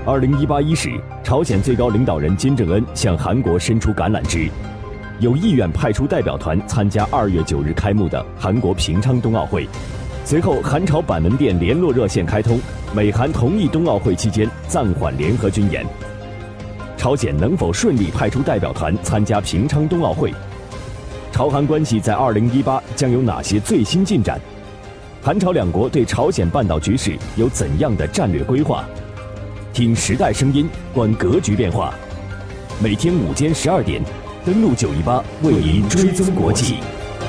2018伊始，朝鲜最高领导人金正恩向韩国伸出橄榄枝，有意愿派出代表团参加2月9日开幕的韩国平昌冬奥会。随后，韩朝板门店联络热线开通，美韩同意冬奥会期间暂缓联合军演。朝鲜能否顺利派出代表团参加平昌冬奥会？朝韩关系在2018将有哪些最新进展？韩朝两国对朝鲜半岛局势有怎样的战略规划？听时代声音，观格局变化。每天午间12点，登录918为您追踪国际。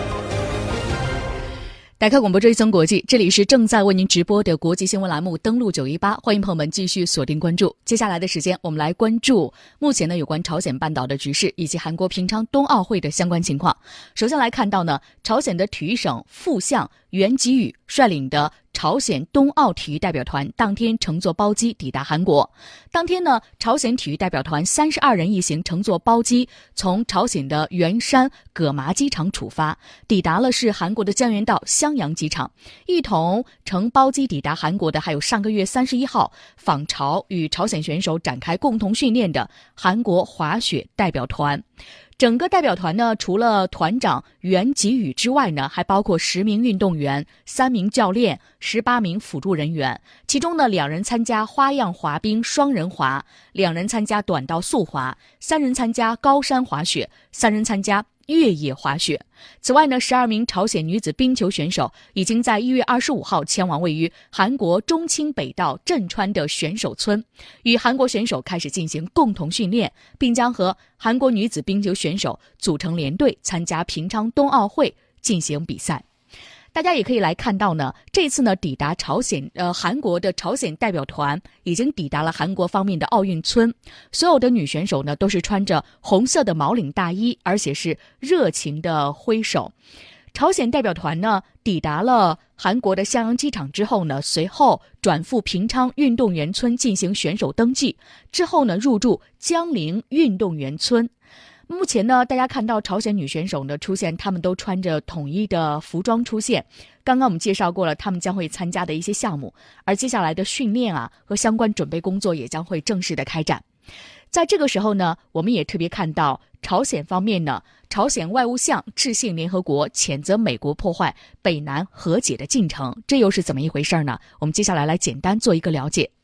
打开广播追踪国际，这里是正在为您直播的国际新闻栏目，登录918，欢迎朋友们继续锁定关注。接下来的时间，我们来关注目前有关朝鲜半岛的局势以及韩国平昌冬奥会的相关情况。首先来看到朝鲜的体育省副相袁吉宇率领的朝鲜冬奥体育代表团当天乘坐包机抵达韩国。当天朝鲜体育代表团32人一行乘坐包机从朝鲜的元山葛麻机场出发，抵达了是韩国的江原道襄阳机场。一同乘包机抵达韩国的还有上个月31号访朝与朝鲜选手展开共同训练的韩国滑雪代表团。整个代表团除了团长袁吉宇之外还包括10名运动员、3名教练、18名辅助人员。其中2人参加花样滑冰双人滑，2人参加短道速滑，3人参加高山滑雪，3人参加越野滑雪。此外12名朝鲜女子冰球选手已经在1月25号前往位于韩国中清北道镇川的选手村，与韩国选手开始进行共同训练，并将和韩国女子冰球选手组成联队参加平昌冬奥会进行比赛。大家也可以来看到这次抵达韩国的朝鲜代表团已经抵达了韩国方面的奥运村。所有的女选手都是穿着红色的毛领大衣，而且是热情的挥手。朝鲜代表团抵达了韩国的襄阳机场之后随后转赴平昌运动员村进行选手登记，之后入住江陵运动员村。目前大家看到朝鲜女选手出现，她们都穿着统一的服装出现。刚刚我们介绍过了她们将会参加的一些项目，而接下来的训练和相关准备工作也将会正式的开展。在这个时候我们也特别看到朝鲜方面朝鲜外务相致信联合国，谴责美国破坏北南和解的进程，这又是怎么一回事呢？我们接下来来简单做一个了解。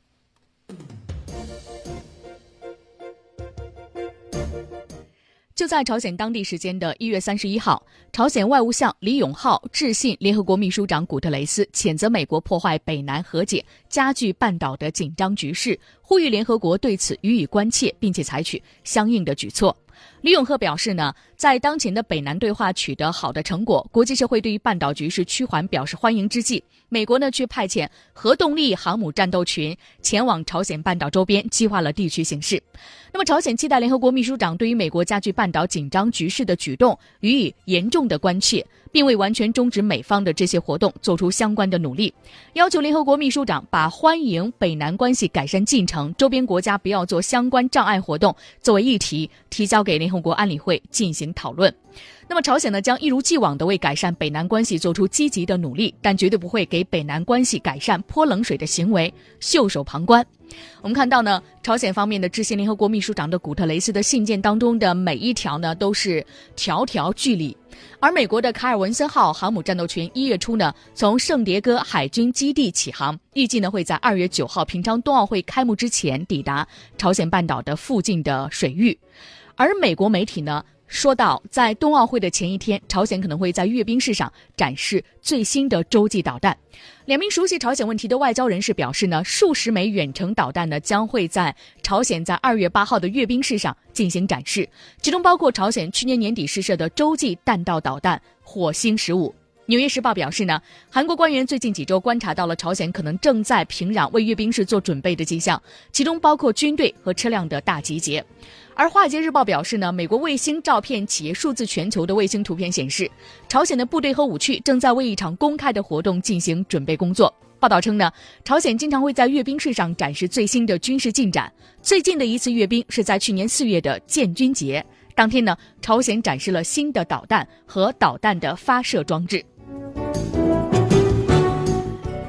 就在朝鲜当地时间的1月31号，朝鲜外务相李永浩致信联合国秘书长古特雷斯，谴责美国破坏北南和解，加剧半岛的紧张局势，呼吁联合国对此予以关切，并且采取相应的举措。李永赫表示在当前的北南对话取得好的成果，国际社会对于半岛局势趋缓表示欢迎之际，美国却派遣核动力航母战斗群前往朝鲜半岛周边，激化了地区形势。那么朝鲜期待联合国秘书长对于美国加剧半岛紧张局势的举动予以严重的关切，并为完全终止美方的这些活动做出相关的努力，要求联合国秘书长把欢迎北南关系改善进程、周边国家不要做相关障碍活动作为议题提交给联合国安理会进行讨论。那么朝鲜将一如既往的为改善北南关系做出积极的努力，但绝对不会给北南关系改善泼冷水的行为袖手旁观。我们看到朝鲜方面的致信联合国秘书长的古特雷斯的信件当中的每一条都是条条据理。而美国的卡尔文森号航母战斗群1月初从圣迭戈海军基地起航，预计会在2月9号平昌冬奥会开幕之前抵达朝鲜半岛的附近的水域。而美国媒体说到，在冬奥会的前一天，朝鲜可能会在阅兵式上展示最新的洲际导弹。2名熟悉朝鲜问题的外交人士表示数十枚远程导弹将会在朝鲜在2月8号的阅兵式上进行展示，其中包括朝鲜去年年底试射的洲际弹道导弹火星15。纽约时报表示韩国官员最近几周观察到了朝鲜可能正在平壤为阅兵式做准备的迹象，其中包括军队和车辆的大集结。而华尔街日报表示美国卫星照片企业数字全球的卫星图片显示，朝鲜的部队和武器正在为一场公开的活动进行准备工作。报道称朝鲜经常会在阅兵式上展示最新的军事进展，最近的一次阅兵是在去年4月的建军节，当天朝鲜展示了新的导弹和导弹的发射装置。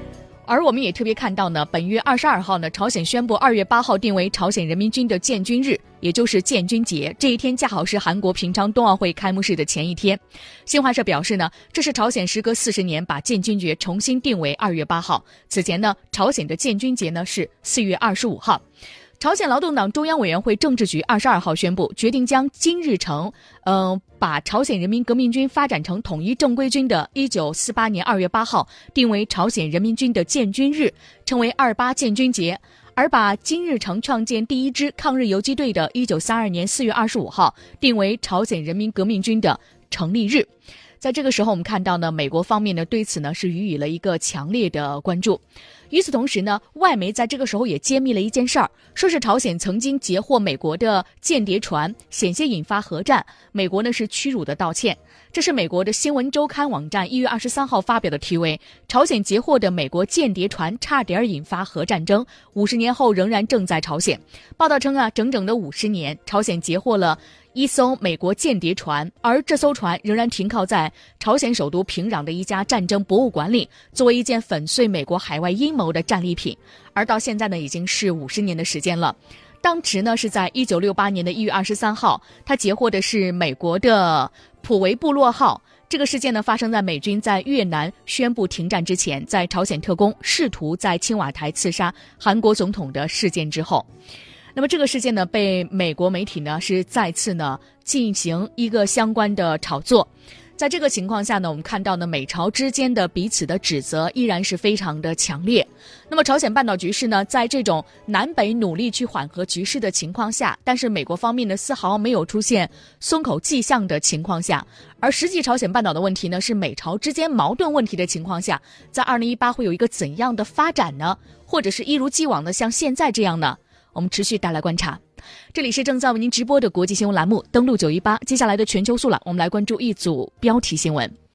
而我们也特别看到呢，本月22号呢，朝鲜宣布2月8号定为朝鲜人民军的建军日，也就是建军节。这一天恰好是韩国平昌冬奥会开幕式的前一天。新华社表示呢，这是朝鲜时隔40年把建军节重新定为2月8号。此前呢，朝鲜的建军节呢是4月25号。朝鲜劳动党中央委员会政治局22号宣布，决定将金日成，把朝鲜人民革命军发展成统一正规军的1948年2月8号定为朝鲜人民军的建军日，称为28建军节。而把金日成创建第一支抗日游击队的1932年4月25号定为朝鲜人民革命军的成立日。在这个时候，我们看到呢，美国方面呢对此呢是予以了一个强烈的关注。与此同时呢，外媒在这个时候也揭秘了一件事儿，说是朝鲜曾经截获美国的间谍船，险些引发核战。美国呢是屈辱的道歉。这是美国的新闻周刊网站1月23号发表的题为“朝鲜截获的美国间谍船差点引发核战争，50年后仍然正在朝鲜”。报道称啊，整整的50年，朝鲜截获了一艘美国间谍船，而这艘船仍然停靠在朝鲜首都平壤的一家战争博物馆里，作为一件粉碎美国海外阴谋的战利品。而到现在呢，已经是50年的时间了。当时呢，是在1968年的1月23号，他截获的是美国的普维部落号。这个事件呢，发生在美军在越南宣布停战之前，在朝鲜特工试图在青瓦台刺杀韩国总统的事件之后。那么这个事件呢，被美国媒体呢是再次呢进行一个相关的炒作。在这个情况下呢，我们看到呢，美朝之间的彼此的指责依然是非常的强烈。那么朝鲜半岛局势呢，在这种南北努力去缓和局势的情况下，但是美国方面呢丝毫没有出现松口迹象的情况下，而实际朝鲜半岛的问题呢是美朝之间矛盾问题的情况下，在2018会有一个怎样的发展呢？或者是一如既往的像现在这样呢？我们持续带来观察。这里是正在为您直播的国际新闻栏目登录918，接下来的全球速览，我们来关注一组标题新闻。